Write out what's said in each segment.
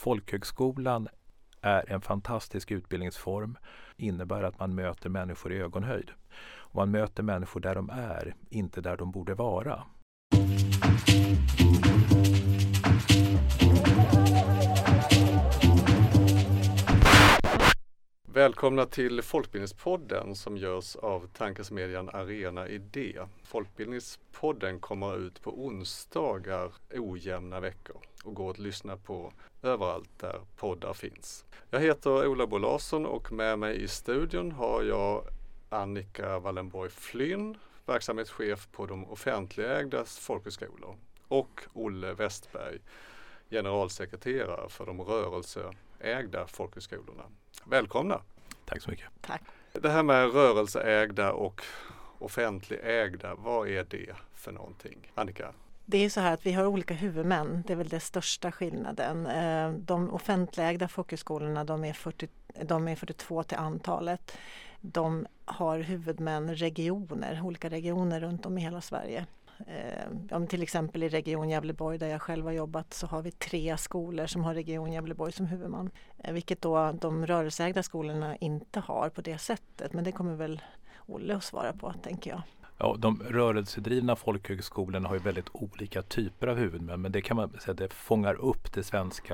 Folkhögskolan är en fantastisk utbildningsform, innebär att man möter människor i ögonhöjd. Och man möter människor där de är, inte där de borde vara. Välkomna till Folkbildningspodden som görs av tankesmedjan Arena Idé. Folkbildningspodden kommer ut på onsdagar ojämna veckor och går att lyssna på överallt där poddar finns. Jag heter Ola Bo Larsson och med mig i studion har jag Annika Wallenborg Flynn, verksamhetschef på de offentligägda folkhögskolor, och Olle Westberg, generalsekreterare för de rörelseägda folkhögskolorna. Välkomna! Tack så mycket. Tack. Det här med rörelseägda och offentligägda, vad är det för någonting? Annika? Det är så här att vi har olika huvudmän, det är väl den största skillnaden. De offentligägda folkhögskolorna, de är 42 till antalet. De har huvudmän olika regioner runt om i hela Sverige. Om till exempel i Region Gävleborg där jag själv har jobbat så har vi 3 skolor som har Region Gävleborg som huvudman. Vilket då de rörelseägda skolorna inte har på det sättet. Men det kommer väl Olle att svara på, tänker jag. Ja, de rörelsedrivna folkhögskolorna har ju väldigt olika typer av huvudmän, men det kan man säga att det fångar upp det svenska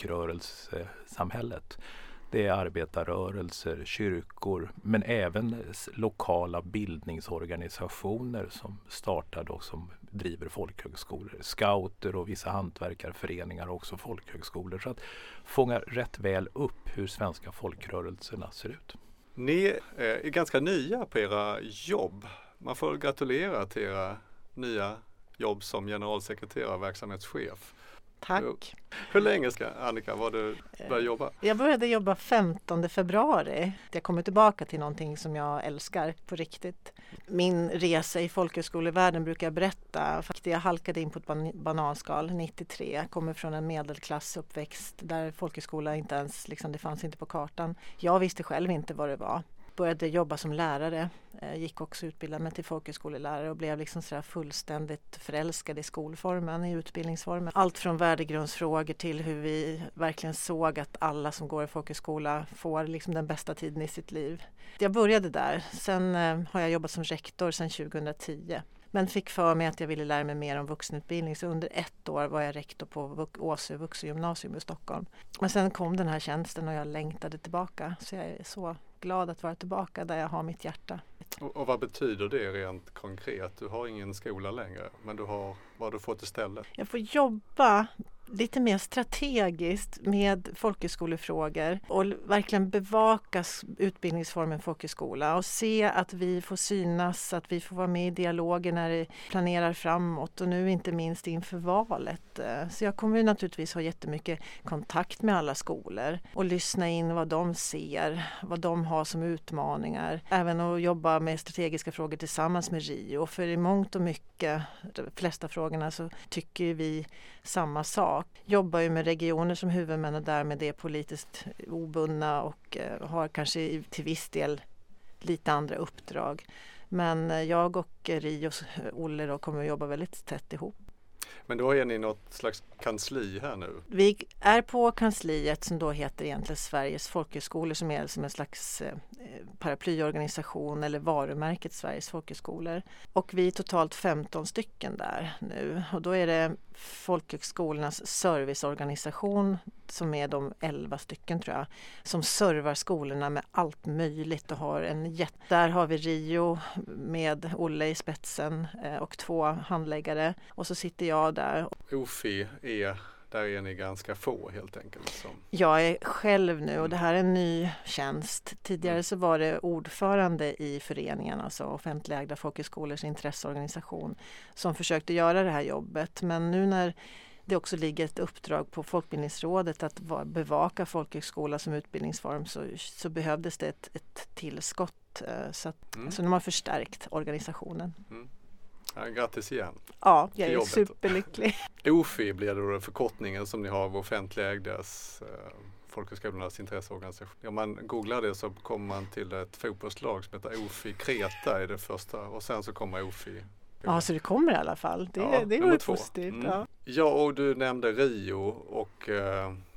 folkrörelsesamhället. Det är arbetarrörelser, kyrkor, men även lokala bildningsorganisationer som startade och som driver folkhögskolor. Scouter och vissa hantverkarföreningar och också folkhögskolor. Så att fångar rätt väl upp hur svenska folkrörelserna ser ut. Ni är ganska nya på era jobb. Man får gratulera till era nya jobb som generalsekreterare och verksamhetschef. Tack. Hur länge Annika var du började jobba? Jag började jobba 15 februari. Jag kommer tillbaka till någonting som jag älskar på riktigt. Min resa i folkhögskolevärlden brukar jag berätta. Jag halkade in på ett bananskal 93. Kommer från en medelklassuppväxt där folkhögskola inte ens, det fanns inte på kartan. Jag visste själv inte vad det var. Började jobba som lärare, gick också utbildade mig till folkhögskolelärare och blev sådär fullständigt förälskad i skolformen, i utbildningsformen. Allt från värdegrundsfrågor till hur vi verkligen såg att alla som går i folkhögskola får den bästa tiden i sitt liv. Jag började där, sen har jag jobbat som rektor sedan 2010. Men fick för mig att jag ville lära mig mer om vuxenutbildning, så under 1 år var jag rektor på Åsö vuxengymnasium i Stockholm. Men sen kom den här tjänsten och jag längtade tillbaka, så jag är så glad att vara tillbaka där jag har mitt hjärta. Och vad betyder det rent konkret? Du har ingen skola längre, men vad har du fått istället? Jag får jobba lite mer strategiskt med folkhögskolefrågor och verkligen bevaka utbildningsformen folkhögskola och se att vi får synas, att vi får vara med i dialoger när vi planerar framåt och nu inte minst inför valet. Så jag kommer naturligtvis ha jättemycket kontakt med alla skolor och lyssna in vad de ser, vad de har som utmaningar. Även att jobba med strategiska frågor tillsammans med RIO, för i mångt och mycket, de flesta frågorna, så tycker vi samma sak. Jobbar ju med regioner som huvudmän och därmed är politiskt obundna och har kanske till viss del lite andra uppdrag. Men jag och RIO och Olle då kommer att jobba väldigt tätt ihop. Men då är ni något slags kansli här nu? Vi är på kansliet som då heter egentligen Sveriges folkhögskolor, som är som en slags paraplyorganisation eller varumärket Sveriges folkhögskolor. Och vi är totalt 15 stycken där nu. Och då är det folkhögskolornas serviceorganisation som är de 11 stycken tror jag, som servar skolorna med allt möjligt och har där har vi RIO med Olle i spetsen och 2 handläggare och så sitter jag där. OFI där är ni ganska få helt enkelt. Jag är själv nu och det här är en ny tjänst. Tidigare så var det ordförande i föreningen, alltså offentligägda folkhögskolors intresseorganisation, som försökte göra det här jobbet. Men nu när det också ligger ett uppdrag på Folkbildningsrådet att bevaka folkhögskola som utbildningsform så behövdes det ett tillskott. Så de har förstärkt organisationen. Mm. Ja, grattis igen. Ja, jag är superlycklig. OFI blir då förkortningen som ni har av offentligägdas folkhögskolornas intresseorganisation. Om man googlar det så kommer man till ett fotbollslag som heter OFI Kreta i det första och sen så kommer OFI. Ja, så det kommer i alla fall. Det är ju positivt. Ja, och du nämnde RIO och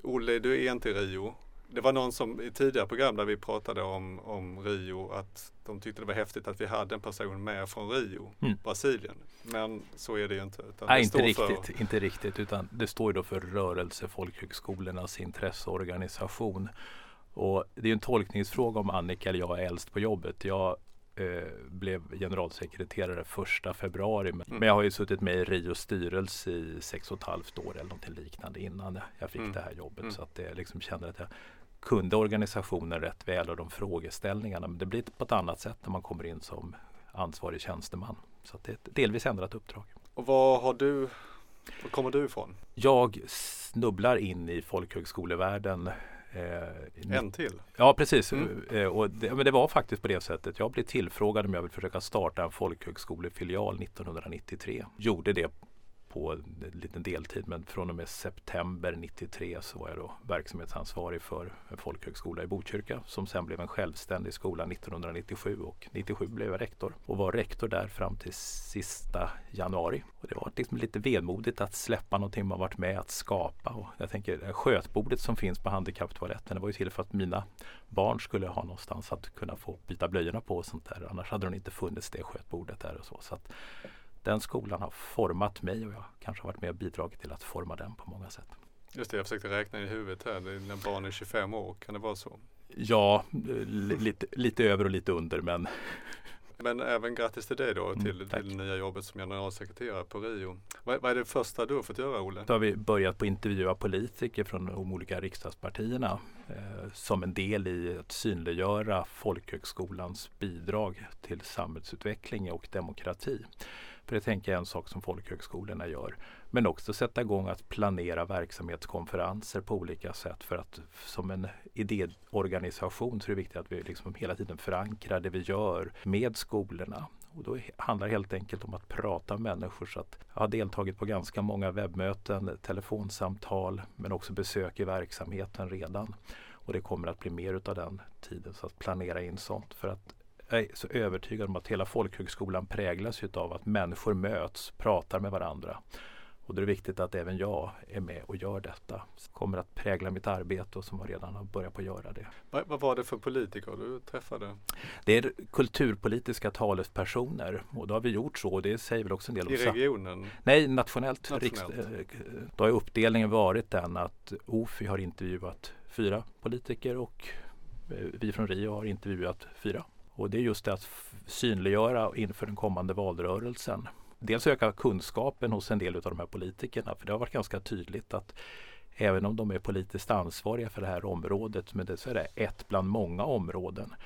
Olle, du är inte i Rio. Det var någon som i tidigare program där vi pratade om Rio, att de tyckte det var häftigt att vi hade en person med från Rio, Brasilien. Men så är det ju inte. Nej, inte riktigt, utan det står ju då för Rörelse folkhögskolornas intresseorganisation. Och det är ju en tolkningsfråga om Annika eller jag är äldst på jobbet. Jag blev generalsekreterare 1 februari. Men jag har ju suttit med i Rios styrelse i 6,5 år eller någonting liknande innan jag fick det här jobbet. Så att jag liksom kände att jag kunde organisationen rätt väl och de frågeställningarna. Men det blir på ett annat sätt när man kommer in som ansvarig tjänsteman. Så att det är ett delvis ändrat uppdrag. Och var kommer du ifrån? Jag snubblar in i folkhögskolevärlden. En till? Ja, precis. Men det var faktiskt på det sättet. Jag blev tillfrågad om jag vill försöka starta en folkhögskolefilial 1993. Gjorde det på en liten deltid, men från och med september 93 så var jag då verksamhetsansvarig för en folkhögskola i Botkyrka som sen blev en självständig skola 1997 och 97 blev jag rektor och var rektor där fram till sista januari. Och det var liksom lite vemodigt att släppa någonting man varit med att skapa. Och jag tänker, det här skötbordet som finns på handikapptoaletten, det var ju till för att mina barn skulle ha någonstans att kunna få byta blöjorna på och sånt där. Annars hade de inte funnits det skötbordet där och så. Så att den skolan har format mig och jag kanske har varit med och bidragit till att forma den på många sätt. Just det, jag försökte räkna i huvudet här. När barn är 25 år, kan det vara så? Ja, lite över och lite under, men... Men även grattis till dig då, till det nya jobbet som generalsekreterare på Rio. Vad är det första du har fått göra, Olle? Då har vi börjat på intervjua politiker från de olika riksdagspartierna som en del i att synliggöra folkhögskolans bidrag till samhällsutveckling och demokrati. För det tänker jag är en sak som folkhögskolorna gör. Men också sätta igång att planera verksamhetskonferenser på olika sätt. För att som en idéorganisation så är det viktigt att vi liksom hela tiden förankrar det vi gör med skolorna. Och då handlar det helt enkelt om att prata med människor. Så att jag har deltagit på ganska många webbmöten, telefonsamtal men också besök i verksamheten redan. Och det kommer att bli mer av den tiden, så att planera in sånt. För att jag är så övertygad om att hela folkhögskolan präglas av att människor möts, pratar med varandra. Och det är viktigt att även jag är med och gör detta. Det kommer att prägla mitt arbete och som har redan har börjat på att göra det. Vad var det för politiker du träffade? Det är kulturpolitiska talespersoner och då har vi gjort så. Och det säger väl också en del om... I regionen? Nej, nationellt. Då har uppdelningen varit den att OFI har intervjuat 4 politiker och vi från Rio har intervjuat 4. Och det är just det att synliggöra inför den kommande valrörelsen. Dels öka kunskapen hos en del av de här politikerna. För det har varit ganska tydligt att även om de är politiskt ansvariga för det här området, men så är det ett bland många områden.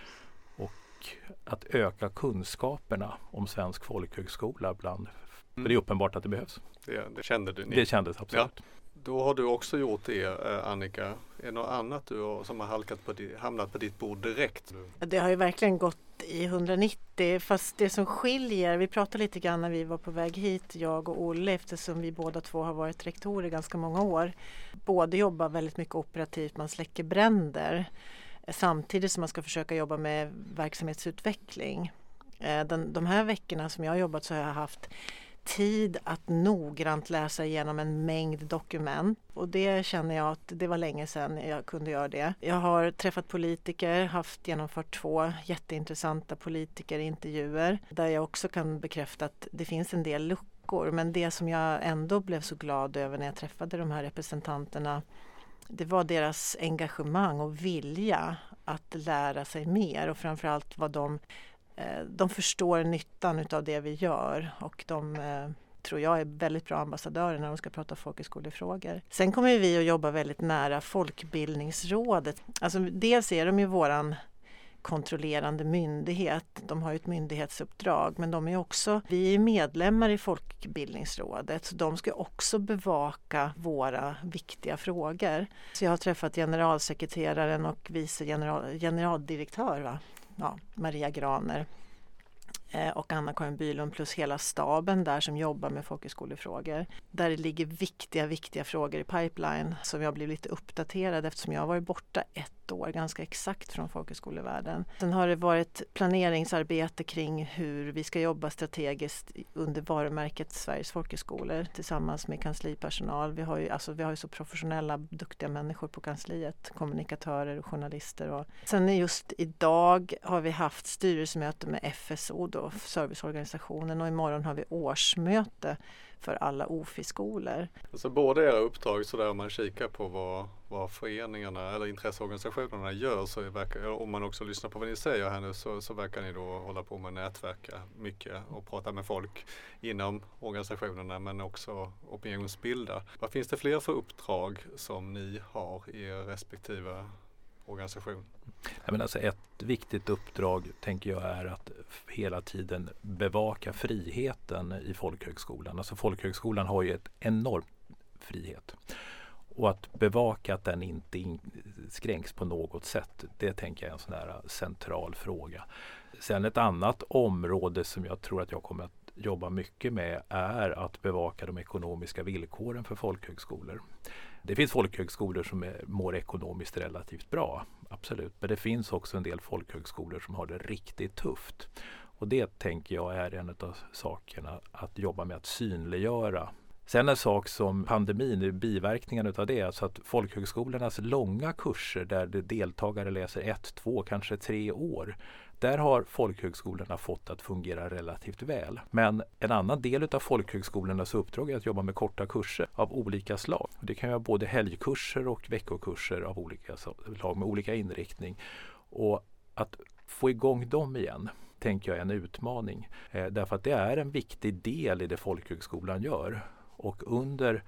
Och att öka kunskaperna om svensk folkhögskola bland. För det är uppenbart att det behövs. Det kände du? Det kändes absolut. Ja. Då har du också gjort det, Annika. Är det något annat som har hamnat på ditt bord direkt? Det har ju verkligen gått i 190, fast det som skiljer, vi pratade lite grann när vi var på väg hit, jag och Olle, eftersom vi båda två har varit rektorer ganska många år. Båda jobbar väldigt mycket operativt, man släcker bränder samtidigt som man ska försöka jobba med verksamhetsutveckling. De här veckorna som jag har jobbat så har jag haft tid att noggrant läsa igenom en mängd dokument och det känner jag att det var länge sedan jag kunde göra det. Jag har träffat politiker, genomfört 2 jätteintressanta politikerintervjuer där jag också kan bekräfta att det finns en del luckor, men det som jag ändå blev så glad över när jag träffade de här representanterna, det var deras engagemang och vilja att lära sig mer och framförallt vad de förstår nyttan av det vi gör och de tror jag är väldigt bra ambassadörer när de ska prata folkhögskolefrågor. Sen kommer vi att jobba väldigt nära Folkbildningsrådet. Alltså dels är de ju våran kontrollerande myndighet. De har ju ett myndighetsuppdrag, men vi är medlemmar i Folkbildningsrådet så de ska också bevaka våra viktiga frågor. Så jag har träffat generalsekreteraren och vice generaldirektör Maria Graner och Anna-Karin Bylund plus hela staben där som jobbar med folkhögskolefrågor. Där det ligger viktiga frågor i pipeline som jag blev lite uppdaterad eftersom jag har varit borta 1 ett år ganska exakt från folkhögskolevärlden. Sen har det varit planeringsarbete kring hur vi ska jobba strategiskt under varumärket Sveriges folkhögskolor tillsammans med kanslipersonal. Vi har ju så professionella, duktiga människor på kansliet, kommunikatörer och journalister. Och sen just idag har vi haft styrelsemöte med FSO, då, serviceorganisationen, och imorgon har vi årsmöte för alla OFI-skolor. Alltså båda era uppdrag, så där om man kikar på vad föreningarna eller intresseorganisationerna gör, så om man också lyssnar på vad ni säger här nu, så verkar ni då hålla på med nätverka mycket och prata med folk inom organisationerna, men också opinionsbilda. Vad finns det fler för uppdrag som ni har i er respektive organisation? Ja, men alltså ett viktigt uppdrag tänker jag är att hela tiden bevaka friheten i folkhögskolan. Alltså folkhögskolan har ju ett enormt frihet. Och att bevaka att den inte inskränks på något sätt, det tänker jag är en sån här central fråga. Sen ett annat område som jag tror att jag kommer att jobba mycket med är att bevaka de ekonomiska villkoren för folkhögskolor. Det finns folkhögskolor som mår ekonomiskt relativt bra, absolut. Men det finns också en del folkhögskolor som har det riktigt tufft. Och det tänker jag är en av sakerna att jobba med att synliggöra. Sen en sak som pandemin, biverkningarna av det, alltså att folkhögskolornas långa kurser där deltagare läser 1, 2, kanske 3 år, där har folkhögskolorna fått att fungera relativt väl. Men en annan del av folkhögskolornas uppdrag är att jobba med korta kurser av olika slag. Det kan vara både helgkurser och veckokurser av olika slag med olika inriktning. Och att få igång dem igen tänker jag är en utmaning. Därför att det är en viktig del i det folkhögskolan gör. Och under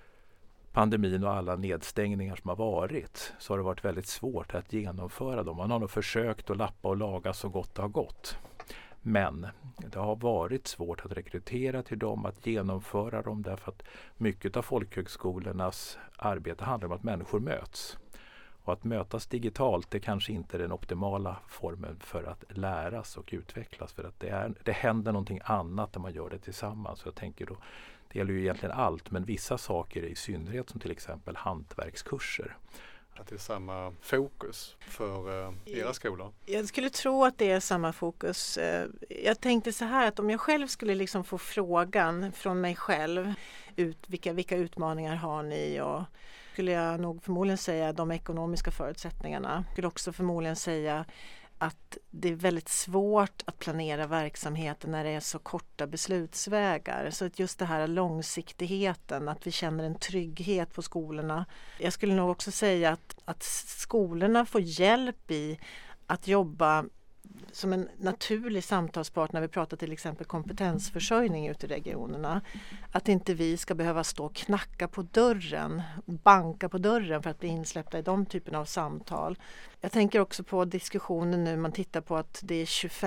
pandemin och alla nedstängningar som har varit, så har det varit väldigt svårt att genomföra dem. Man har nog försökt att lappa och laga så gott det har gått. Men det har varit svårt att rekrytera till dem, att genomföra dem, därför att mycket av folkhögskolornas arbete handlar om att människor möts. Och att mötas digitalt, det kanske inte är den optimala formen för att läras och utvecklas. För att det händer någonting annat när man gör det tillsammans. Så jag tänker då, det gäller ju egentligen allt, men vissa saker i synnerhet som till exempel hantverkskurser. Att det är samma fokus för era skolor? Jag skulle tro att det är samma fokus. Jag tänkte så här, att om jag själv skulle liksom få frågan från mig själv, vilka utmaningar har ni, och skulle jag nog förmodligen säga de ekonomiska förutsättningarna. Jag skulle också förmodligen säga att det är väldigt svårt att planera verksamheten när det är så korta beslutsvägar. Så att just det här långsiktigheten, att vi känner en trygghet på skolorna. Jag skulle nog också säga att skolorna får hjälp i att jobba som en naturlig samtalspart när vi pratar till exempel kompetensförsörjning ute i regionerna. Att inte vi ska behöva stå och knacka på dörren, banka på dörren för att bli insläppta i de typerna av samtal. Jag tänker också på diskussionen nu, man tittar på att det är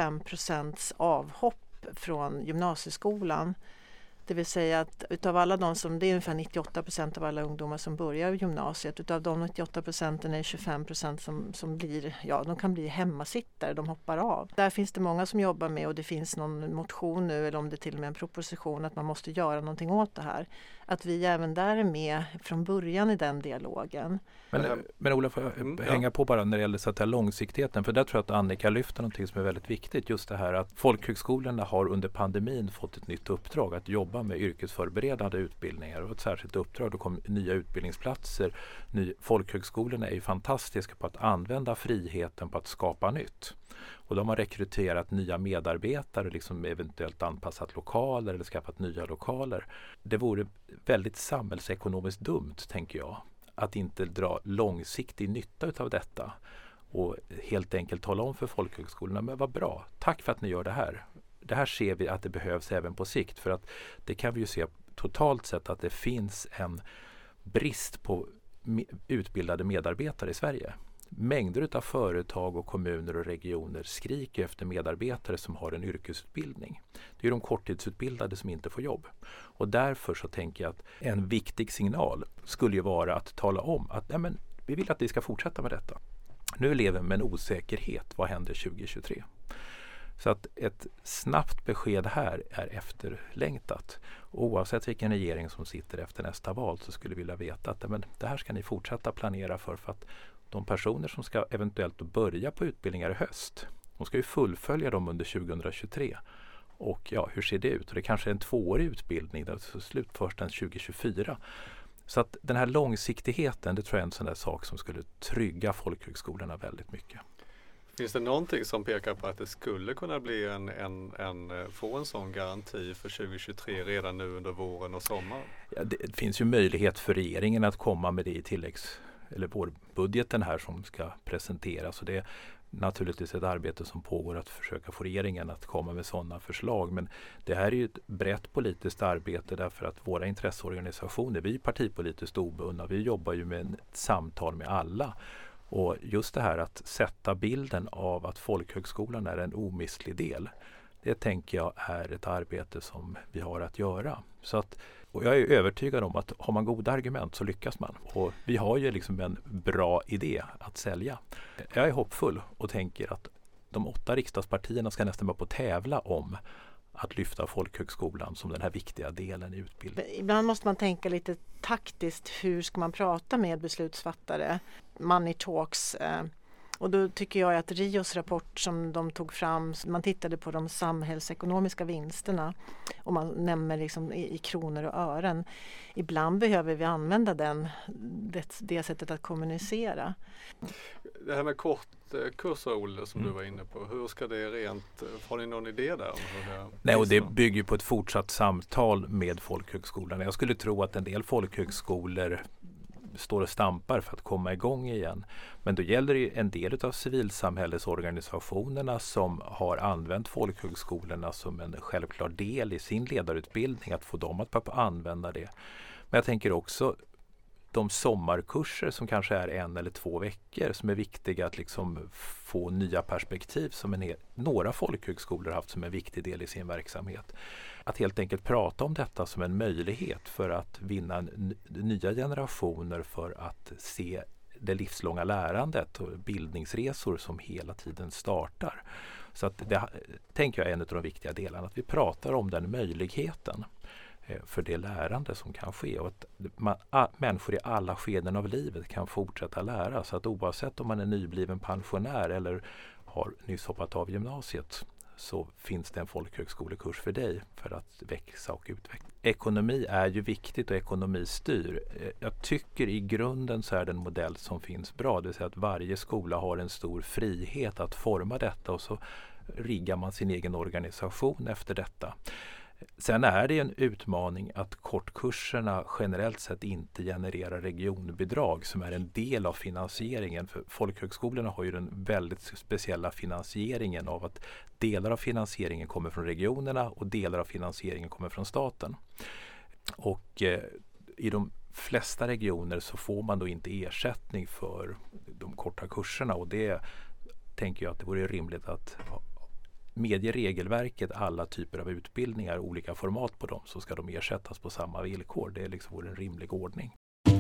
25% avhopp från gymnasieskolan. Det vill säga att utav alla de som, det är ungefär 98% av alla ungdomar som börjar i gymnasiet. Utav de 98% är det 25% som blir, de kan bli hemmasittare, de hoppar av. Där finns det många som jobbar med, och det finns någon motion nu, eller om det till och med en proposition, att man måste göra någonting åt det här. Att vi även där är med från början i den dialogen. Men Ola, får jag hänga på bara när det gäller så att här långsiktigheten, för där tror jag att Annika lyfter någonting som är väldigt viktigt, just det här att folkhögskolorna har under pandemin fått ett nytt uppdrag att jobba med yrkesförberedande utbildningar, och ett särskilt uppdrag, då kom nya utbildningsplatser. Folkhögskolorna är ju fantastiska på att använda friheten på att skapa nytt. Och de har rekryterat nya medarbetare, liksom eventuellt anpassat lokaler eller skaffat nya lokaler. Det vore väldigt samhällsekonomiskt dumt, tänker jag, att inte dra långsiktig nytta av detta och helt enkelt tala om för folkhögskolorna, men vad bra, tack för att ni gör det här. Det här ser vi att det behövs även på sikt, för att det kan vi ju se totalt sett att det finns en brist på utbildade medarbetare i Sverige. Mängder av företag och kommuner och regioner skriker efter medarbetare som har en yrkesutbildning. Det är de korttidsutbildade som inte får jobb. Och därför så tänker jag att en viktig signal skulle ju vara att tala om att vi vill att vi ska fortsätta med detta. Nu lever vi med en osäkerhet. Vad händer 2023? Så att ett snabbt besked här är efterlängtat. Oavsett vilken regering som sitter efter nästa val, så skulle vi vilja veta att det här ska ni fortsätta planera för att de personer som ska eventuellt börja på utbildningar i höst, de ska ju fullfölja dem under 2023. Och ja, hur ser det ut? Och det kanske är en 2-årig utbildning, det är slut först den 2024. Så att den här långsiktigheten, det tror jag är en sån där sak som skulle trygga folkhögskolorna väldigt mycket. Finns det någonting som pekar på att det skulle kunna bli få en sån garanti för 2023 redan nu under våren och sommaren? Ja, det finns ju möjlighet för regeringen att komma med det i vårbudgeten här som ska presenteras. Och det är naturligtvis ett arbete som pågår att försöka få regeringen att komma med sådana förslag. Men det här är ju ett brett politiskt arbete därför att våra intresseorganisationer, vi är partipolitiskt obundna, vi jobbar ju med ett samtal med alla. Och just det här att sätta bilden av att folkhögskolan är en omistlig del, det tänker jag är ett arbete som vi har att göra. Och jag är övertygad om att har man goda argument så lyckas man. Och vi har ju liksom en bra idé att sälja. Jag är hoppfull och tänker att de 8 riksdagspartierna ska nästan vara på tävla om att lyfta folkhögskolan som den här viktiga delen i utbildningen. Ibland måste man tänka lite taktiskt, hur ska man prata med beslutsfattare? Money talks. Och då tycker jag att Rios rapport som de tog fram, man tittade på de samhällsekonomiska vinsterna och man nämner liksom i kronor och ören. Ibland behöver vi använda det sättet att kommunicera. Det här med kortkurser, Olle, som du var inne på, hur ska det har ni någon idé där? Nej, och det bygger på ett fortsatt samtal med folkhögskolorna. Jag skulle tro att en del folkhögskolor står och stampar för att komma igång igen. Men då gäller det ju en del av civilsamhällesorganisationerna som har använt folkhögskolorna som en självklar del i sin ledarutbildning, att få dem att använda det. Men jag tänker också de sommarkurser som kanske är 1 eller 2 veckor som är viktiga att liksom få nya perspektiv som några folkhögskolor har haft som en viktig del i sin verksamhet. Att helt enkelt prata om detta som en möjlighet för att vinna nya generationer, för att se det livslånga lärandet och bildningsresor som hela tiden startar. Så att det tänker jag är en av de viktiga delarna, att vi pratar om den möjligheten för det lärande som kan ske och att människor i alla skeden av livet kan fortsätta lära. Så att oavsett om man är nybliven pensionär eller har nyss hoppat av gymnasiet, så finns det en folkhögskolekurs för dig för att växa och utveckla. Ekonomi är ju viktigt och ekonomi styr. Jag tycker i grunden så är den modell som finns bra. Det vill säga att varje skola har en stor frihet att forma detta och så riggar man sin egen organisation efter detta. Sen är det en utmaning att kortkurserna generellt sett inte genererar regionbidrag som är en del av finansieringen. För folkhögskolorna har ju den väldigt speciella finansieringen av att delar av finansieringen kommer från regionerna och delar av finansieringen kommer från staten. Och i de flesta regioner så får man då inte ersättning för de korta kurserna, och det tänker jag att det vore rimligt att medger regelverket alla typer av utbildningar, olika format på dem, så ska de ersättas på samma villkor. Det är liksom en rimlig ordning.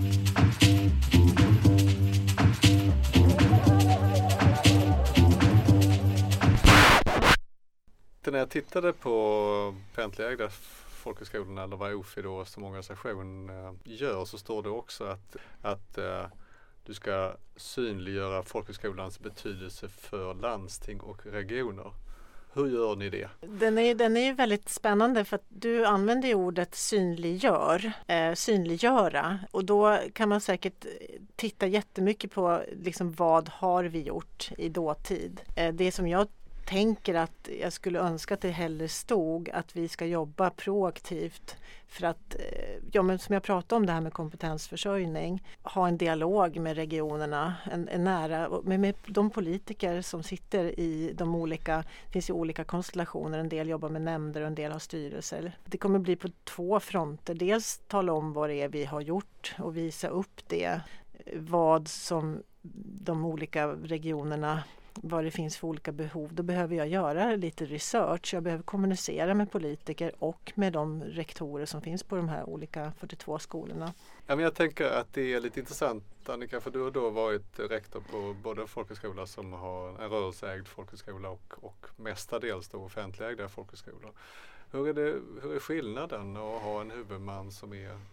När jag tittade på offentligägda folkhögskolorna, eller vad OFI då som organisation gör, så står det också att du ska synliggöra folkhögskolans betydelse för landsting och regioner. Hur gör ni det? Den är ju väldigt spännande för att du använder ju ordet synliggöra, och då kan man säkert titta jättemycket på liksom, vad har vi gjort i dåtid. Det som jag tänker att jag skulle önska att det hellre stod att vi ska jobba proaktivt för att, men som jag pratade om det här med kompetensförsörjning, ha en dialog med regionerna, en nära med de politiker som sitter i de olika, det finns ju olika konstellationer, en del jobbar med nämnder och en del har styrelser. Det kommer bli på 2 fronter, dels tala om vad det är vi har gjort och visa upp det, vad som de olika regionerna, vad det finns för olika behov. Då behöver jag göra lite research. Jag behöver kommunicera med politiker och med de rektorer som finns på de här olika 42 skolorna. Ja, men jag tänker att det är lite intressant, Annika, för du har då varit rektor på både folkhögskola som har en rörelseägd folkhögskola och mestadels då offentligägda folkhögskolor. Hur är skillnaden att ha en huvudman som är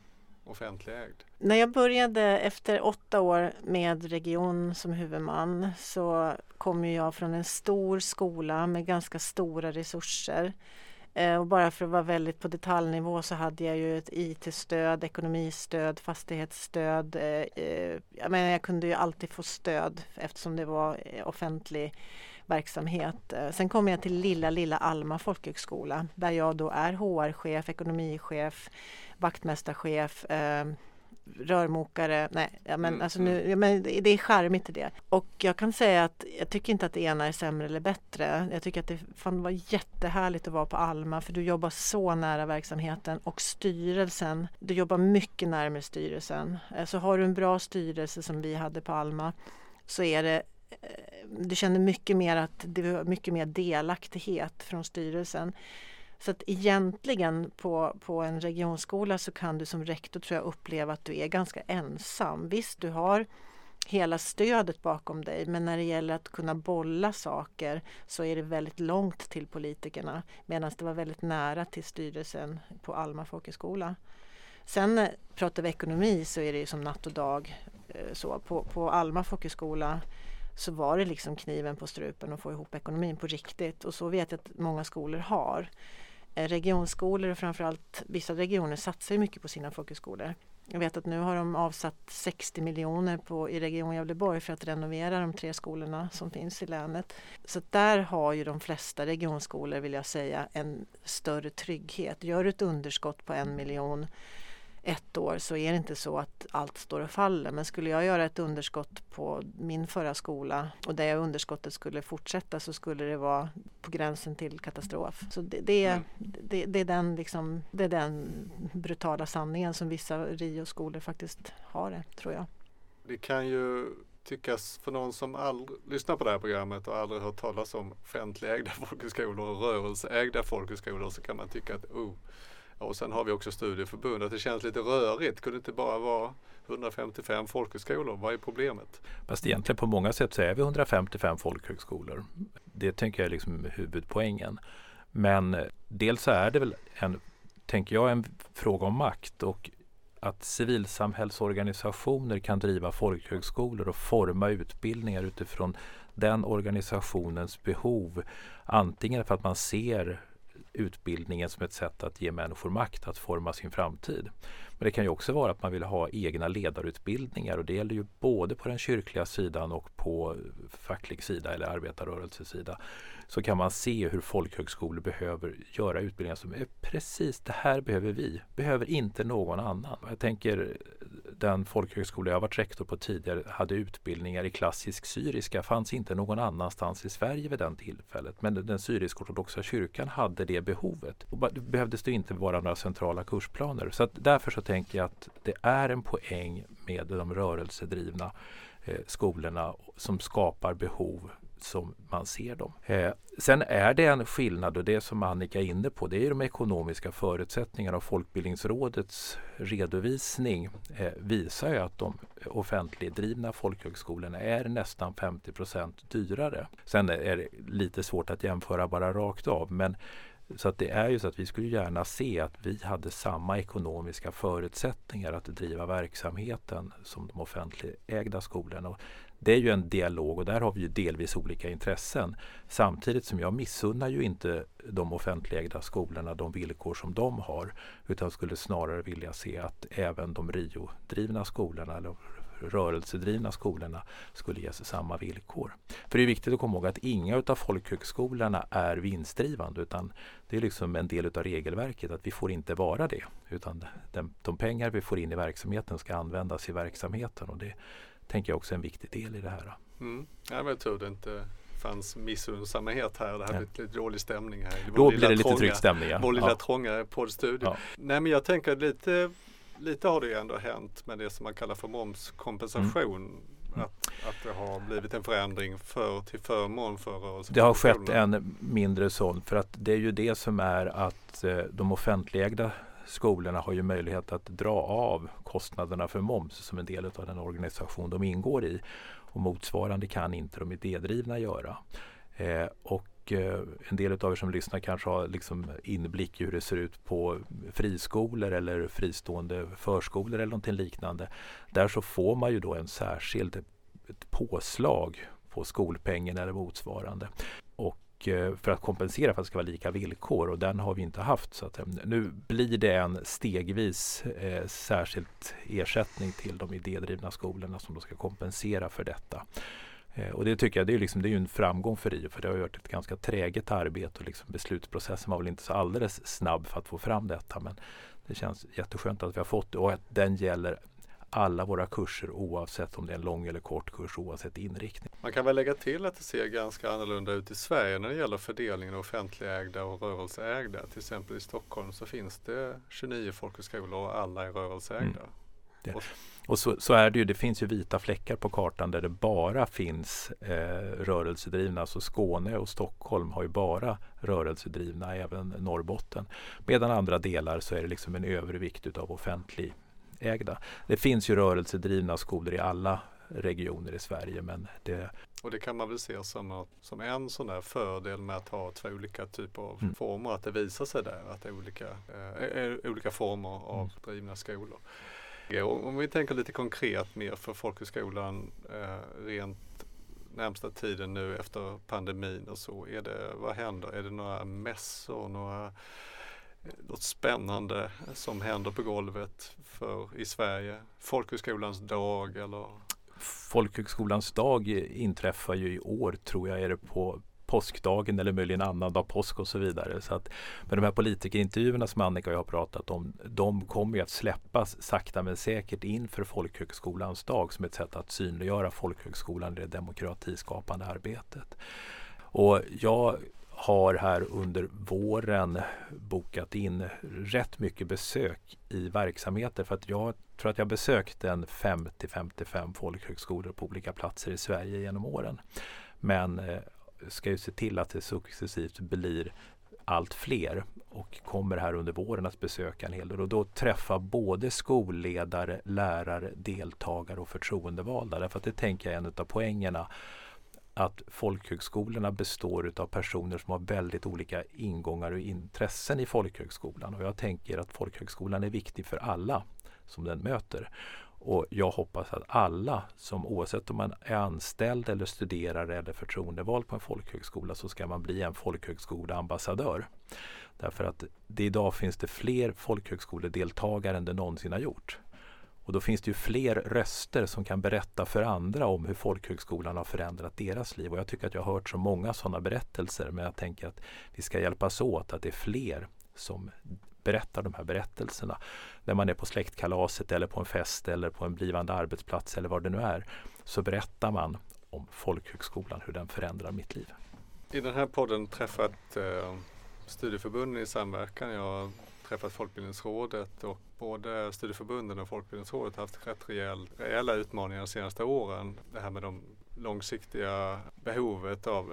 offentligägd? När jag började efter 8 år med region som huvudman så kom jag från en stor skola med ganska stora resurser. Och bara för att vara väldigt på detaljnivå så hade jag ju ett IT-stöd, ekonomistöd, fastighetsstöd. Jag kunde ju alltid få stöd eftersom det var offentlig verksamhet. Sen kom jag till lilla Alma folkhögskola där jag då är HR-chef, ekonomichef, vaktmästarchef, rörmokare. Men det är charmigt i det. Och jag kan säga att jag tycker inte att det ena är sämre eller bättre. Jag tycker att det var jättehärligt att vara på Alma för du jobbar så nära verksamheten och styrelsen. Du jobbar mycket närmare styrelsen. Så har du en bra styrelse som vi hade på Alma så är det du känner mycket mer att det är mycket mer delaktighet från styrelsen. Så att egentligen på en regionskola så kan du som rektor tror jag uppleva att du är ganska ensam. Visst, du har hela stödet bakom dig men när det gäller att kunna bolla saker så är det väldigt långt till politikerna medan det var väldigt nära till styrelsen på Alma folkhögskola. Sen pratar vi ekonomi så är det ju som natt och dag. Så på Alma folkhögskola så var det liksom kniven på strupen att få ihop ekonomin på riktigt och så vet jag att många skolor har. Regionskolor och framförallt vissa regioner satsar ju mycket på sina folkhögskolor. Jag vet att nu har de avsatt 60 miljoner i Region Gävleborg för att renovera de 3 skolorna som finns i länet. Så där har ju de flesta regionskolor vill jag säga en större trygghet. Gör du ett underskott på 1 miljon ett år så är det inte så att allt står och faller. Men skulle jag göra ett underskott på min förra skola och det underskottet skulle fortsätta så skulle det vara på gränsen till katastrof. Så det är den brutala sanningen som vissa Rio-skolor faktiskt har det, tror jag. Det kan ju tyckas för någon som aldrig lyssnar på det här programmet och aldrig hört talas om offentligägda folkhögskolor och rörelseägda folkhögskolor så kan man tycka att och sen har vi också studieförbundet. Det känns lite rörigt. Kunde det inte bara vara 155 folkhögskolor? Vad är problemet? Fast egentligen på många sätt så är vi 155 folkhögskolor. Det tänker jag är liksom huvudpoängen. Men dels så är det väl en fråga om makt och att civilsamhällsorganisationer kan driva folkhögskolor och forma utbildningar utifrån den organisationens behov. Antingen för att man ser utbildningen som ett sätt att ge människor makt att forma sin framtid. Men det kan ju också vara att man vill ha egna ledarutbildningar och det gäller ju både på den kyrkliga sidan och på facklig sida eller arbetarrörelsesida. Så kan man se hur folkhögskolor behöver göra utbildningar som är precis det här behöver vi. Behöver inte någon annan. Jag tänker den folkhögskola jag varit rektor på tidigare hade utbildningar i klassisk syriska. Fanns inte någon annanstans i Sverige vid den tillfället. Men den syrisk-ortodoxa kyrkan hade det behovet. Och det behövdes det inte vara några centrala kursplaner. Så att därför så tänker jag att det är en poäng med de rörelsedrivna skolorna som skapar behov som man ser dem. Sen är det en skillnad och det som Annika är inne på det är de ekonomiska förutsättningarna och Folkbildningsrådets redovisning visar ju att de offentligdrivna folkhögskolorna är nästan 50% dyrare. Sen är det lite svårt att jämföra bara rakt av men så att det är ju så att vi skulle gärna se att vi hade samma ekonomiska förutsättningar att driva verksamheten som de offentligägda skolorna. Och det är ju en dialog och där har vi ju delvis olika intressen. Samtidigt som jag missunnar ju inte de offentligägda skolorna de villkor som de har utan skulle snarare vilja se att även de Rio-drivna skolorna eller rörelsedrivna skolorna skulle ges samma villkor. För det är viktigt att komma ihåg att inga av folkhögskolorna är vinstdrivande utan det är liksom en del av regelverket att vi får inte vara det utan de pengar vi får in i verksamheten ska användas i verksamheten och det tänker jag också är en viktig del i det här. Jag vet hur det inte fanns missunnsamhet här. Det här blir lite dålig stämning här. Då blir det lite tryck stämning. Vår lilla trånga poddstudio. Ja. Nej men jag tänker lite har det ju ändå hänt med det som man kallar för momskompensation. Att det har blivit en förändring till förmån för rörelsen. Det har skett en mindre sån för att det är ju det som är att de offentligägda skolorna har ju möjlighet att dra av kostnaderna för moms som en del av den organisation de ingår i och motsvarande kan inte de idédrivna göra. Och Och en del av er som lyssnar kanske har liksom inblick i hur det ser ut på friskolor eller fristående förskolor eller någonting liknande. Där så får man ju då en särskild ett påslag på skolpengen eller motsvarande. Och för att kompensera för att det ska vara lika villkor, och den har vi inte haft. Så att, nu blir det en stegvis särskilt ersättning till de idédrivna skolorna som då ska kompensera för detta. Och det tycker jag det är ju en framgång för RIO, för det har gjort ett ganska träget arbete och liksom beslutsprocessen var väl inte så alldeles snabb för att få fram detta, men det känns jätteskönt att vi har fått det och att den gäller alla våra kurser oavsett om det är en lång eller kort kurs, oavsett inriktning. Man kan väl lägga till att det ser ganska annorlunda ut i Sverige när det gäller fördelningen av offentligägda och rörelseägda. Till exempel i Stockholm så finns det 29 folkhögskolor och alla är rörelseägda. Och så är det ju, det finns ju vita fläckar på kartan där det bara finns rörelsedrivna, alltså Skåne och Stockholm har ju bara rörelsedrivna, även Norrbotten. Medan andra delar så är det liksom en övervikt utav offentlig ägda. Det finns ju rörelsedrivna skolor i alla regioner i Sverige, men och det kan man väl se som en sån där fördel med att ha två olika typer av former, att det visar sig där att det är olika former av drivna skolor. Om vi tänker lite konkret mer för folkhögskolan rent närmsta tiden nu efter pandemin och så, vad händer? Är det några mässor, något spännande som händer på golvet i Sverige? Folkhögskolans dag eller? Folkhögskolans dag inträffar ju i år, tror jag, är det på påskdagen eller möjligen annandag påsk och så vidare. Så att med de här politikerintervjuerna som Annika och jag har pratat om, de kommer ju att släppas sakta men säkert inför Folkhögskolans dag som ett sätt att synliggöra folkhögskolan i det demokratiskapande arbetet. Och jag har här under våren bokat in rätt mycket besök i verksamheter, för att jag tror att jag besökt 50-55 folkhögskolor på olika platser i Sverige genom åren. Men ska ju se till att det successivt blir allt fler och kommer här under våren att besöka en hel del, och då träffa både skolledare, lärare, deltagare och förtroendevalda. Därför att det tänker jag är en av poängerna, att folkhögskolorna består av personer som har väldigt olika ingångar och intressen i folkhögskolan, och jag tänker att folkhögskolan är viktig för alla som den möter. Och jag hoppas att alla som, oavsett om man är anställd eller studerar eller förtroendevald på en folkhögskola, så ska man bli en folkhögskoleambassadör. Därför att idag finns det fler folkhögskoledeltagare än det någonsin har gjort. Och då finns det ju fler röster som kan berätta för andra om hur folkhögskolan har förändrat deras liv. Och jag tycker att jag har hört så många sådana berättelser, men jag tänker att vi ska hjälpas åt att det är fler som berättar de här berättelserna. När man är på släktkalaset eller på en fest eller på en blivande arbetsplats eller vad det nu är, så berättar man om folkhögskolan, hur den förändrar mitt liv. I den här podden träffat studieförbunden i samverkan. Jag har träffat Folkbildningsrådet, och både studieförbunden och Folkbildningsrådet har haft rätt reella utmaningar de senaste åren. Det här med de långsiktiga behovet av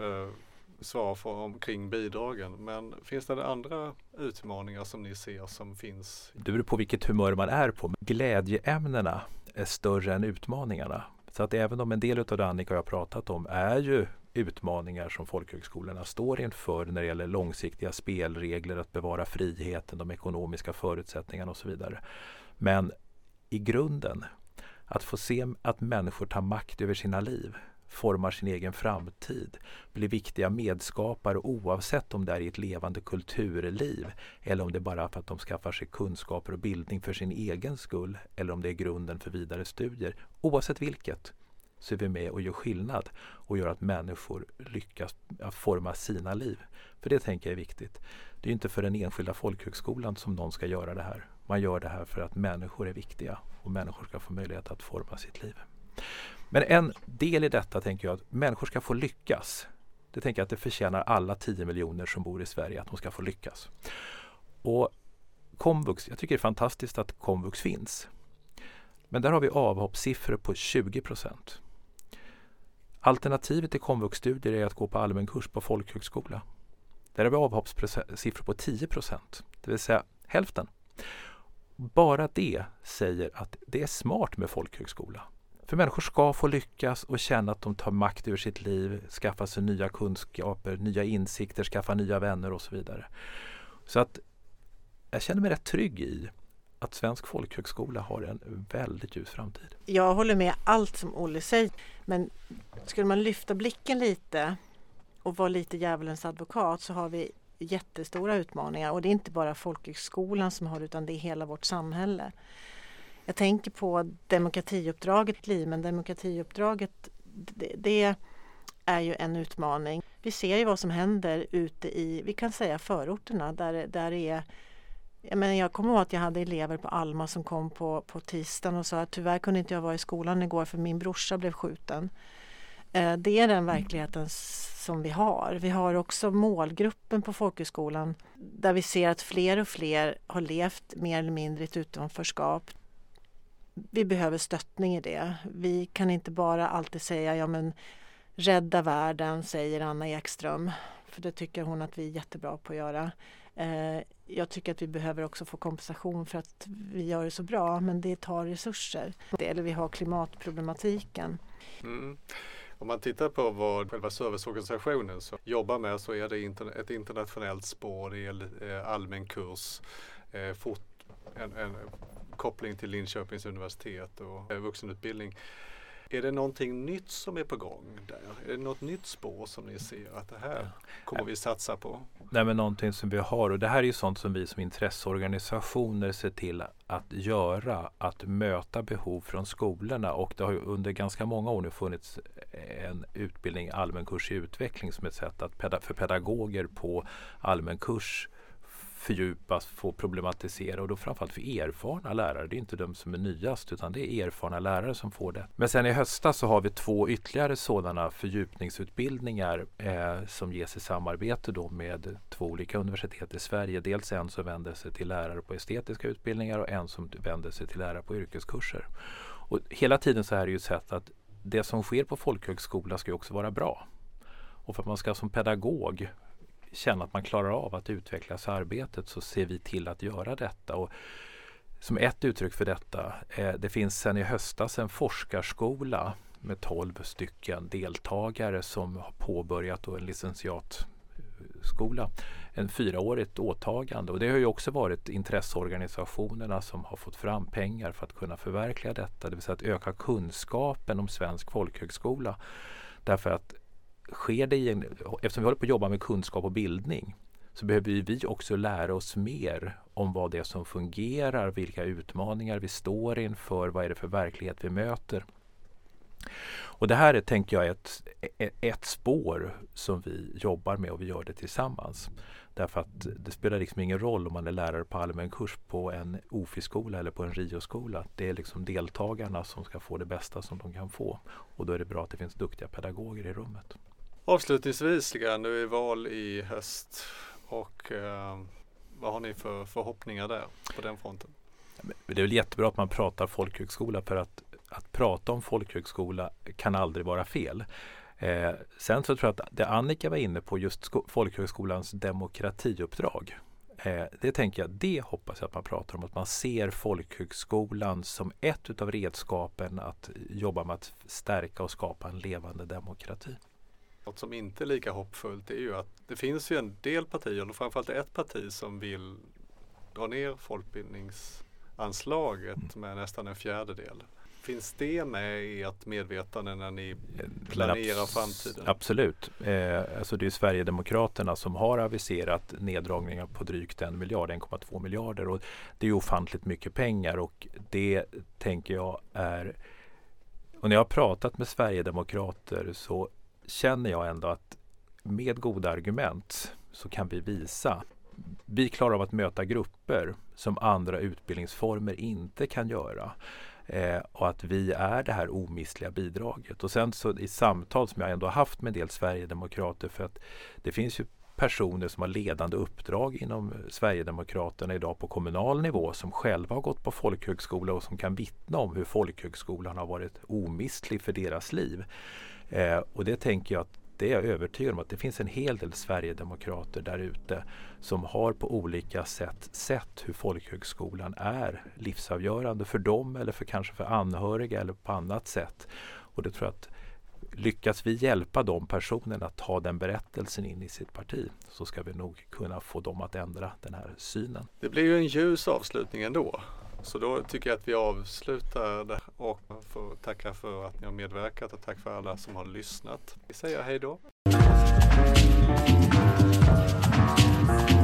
svar omkring bidragen. Men finns det andra utmaningar som ni ser som finns? Det beror på vilket humör man är på. Glädjeämnena är större än utmaningarna. Så att även om en del av det Annika och jag pratat om är ju utmaningar som folkhögskolorna står inför när det gäller långsiktiga spelregler, att bevara friheten, de ekonomiska förutsättningarna och så vidare. Men i grunden, att få se att människor tar makt över sina liv, formar sin egen framtid, blir viktiga medskapare oavsett om det är i ett levande kulturliv eller om det är bara för att de skaffar sig kunskaper och bildning för sin egen skull, eller om det är grunden för vidare studier. Oavsett vilket, så är vi med och gör skillnad och gör att människor lyckas att forma sina liv. För det tänker jag är viktigt. Det är inte för den enskilda folkhögskolan som någon ska göra det här. Man gör det här för att människor är viktiga och människor ska få möjlighet att forma sitt liv. Men en del i detta tänker jag att människor ska få lyckas. Det tänker jag att det förtjänar alla 10 miljoner som bor i Sverige, att de ska få lyckas. Och komvux, jag tycker det är fantastiskt att komvux finns. Men där har vi avhoppssiffror på 20%. Alternativet till komvuxstudier är att gå på allmän kurs på folkhögskola. Där har vi avhoppssiffror på 10%, det vill säga hälften. Bara det säger att det är smart med folkhögskola. För människor ska få lyckas och känna att de tar makt över sitt liv, skaffa sig nya kunskaper, nya insikter, skaffa nya vänner och så vidare. Så att jag känner mig rätt trygg i att svensk folkhögskola har en väldigt ljus framtid. Jag håller med allt som Olle säger, men skulle man lyfta blicken lite och vara lite djävulens advokat så har vi jättestora utmaningar, och det är inte bara folkhögskolan som har det, utan det är hela vårt samhälle. Jag tänker på demokratiuppdraget, men demokratiuppdraget det är ju en utmaning. Vi ser ju vad som händer ute i, vi kan säga förorterna, där det är. Jag kommer ihåg att jag hade elever på Alma som kom på tisdagen och sa att tyvärr kunde inte jag vara i skolan igår för min brorsa blev skjuten. Det är den verkligheten som vi har. Vi har också målgruppen på folkhögskolan där vi ser att fler och fler har levt mer eller mindre i ett utanförskap. Vi behöver stöttning i det. Vi kan inte bara alltid säga rädda världen, säger Anna Ekström. För det tycker hon att vi är jättebra på att göra. Jag tycker att vi behöver också få kompensation för att vi gör det så bra, men det tar resurser. Eller vi har klimatproblematiken. Om man tittar på vad själva serviceorganisationen så jobbar med, så är det ett internationellt spår, det är allmän kurs, en koppling till Linköpings universitet och vuxenutbildning. Är det någonting nytt som är på gång där? Är det något nytt spår som ni ser att det här kommer vi satsa på? Nej, men någonting som vi har, och det här är ju sånt som vi som intresseorganisationer ser till att göra, att möta behov från skolorna, och det har ju under ganska många år nu funnits en utbildning, allmän kurs i utveckling, som ett sätt att för pedagoger på allmän kurs fördjupas, få problematisera, och då framförallt för erfarna lärare. Det är inte de som är nyast, utan det är erfarna lärare som får det. Men sen i höstas så har vi 2 ytterligare sådana fördjupningsutbildningar som ges i samarbete då med 2 olika universitet i Sverige. Dels en som vänder sig till lärare på estetiska utbildningar och en som vänder sig till lärare på yrkeskurser. Och hela tiden så här är det ju sett att det som sker på folkhögskola ska ju också vara bra. Och för att man ska som pedagog känna att man klarar av att utvecklas i arbetet, så ser vi till att göra detta. Och som ett uttryck för detta, det finns sedan i höstas en forskarskola med 12 stycken deltagare som har påbörjat då en licentiatskola, en 4-årigt åtagande. Och det har ju också varit intresseorganisationerna som har fått fram pengar för att kunna förverkliga detta, det vill säga att öka kunskapen om svensk folkhögskola. Därför att eftersom vi håller på att jobba med kunskap och bildning, så behöver vi också lära oss mer om vad det är som fungerar, vilka utmaningar vi står inför, vad är det för verklighet vi möter. Och det här är, tänker jag, ett spår som vi jobbar med, och vi gör det tillsammans. Därför att det spelar liksom ingen roll om man är lärare på allmän kurs på en OFI-skola eller på en RIO-skola. Det är liksom deltagarna som ska få det bästa som de kan få. Och då är det bra att det finns duktiga pedagoger i rummet. Avslutningsvis, nu är val i höst, och vad har ni för förhoppningar där på den fronten? Det är väl jättebra att man pratar folkhögskola, för att prata om folkhögskola kan aldrig vara fel. Sen så tror jag att det Annika var inne på, just folkhögskolans demokratiuppdrag, det tänker jag, det hoppas jag att man pratar om, att man ser folkhögskolan som ett utav redskapen att jobba med att stärka och skapa en levande demokrati. Något som inte är lika hoppfullt är ju att det finns ju en del partier, och framförallt ett parti som vill dra ner folkbildningsanslaget med nästan 1/4. Finns det med i ert medvetande när ni planerar framtiden? Absolut. Alltså det är Sverigedemokraterna som har aviserat neddragningar på drygt 1,2 miljarder. Och det är ofantligt mycket pengar, och det tänker jag är... Och när jag har pratat med Sverigedemokrater så känner jag ändå att med goda argument så kan vi visa. Vi klarar av att möta grupper som andra utbildningsformer inte kan göra. Och att vi är det här omistliga bidraget. Och sen så i samtal som jag ändå har haft med en del Sverigedemokrater, för att det finns ju personer som har ledande uppdrag inom Sverigedemokraterna idag på kommunal nivå, som själva har gått på folkhögskola och som kan vittna om hur folkhögskolan har varit omistlig för deras liv. Och det tänker jag att det är jag övertygad om att det finns en hel del Sverigedemokrater där ute som har på olika sätt sett hur folkhögskolan är livsavgörande för dem eller kanske för anhöriga eller på annat sätt. Och det tror jag att lyckas vi hjälpa de personerna att ta den berättelsen in i sitt parti, så ska vi nog kunna få dem att ändra den här synen. Det blir ju en ljus avslutning ändå. Så då tycker jag att vi avslutar det och får tacka för att ni har medverkat och tack för alla som har lyssnat. Vi säger hej då.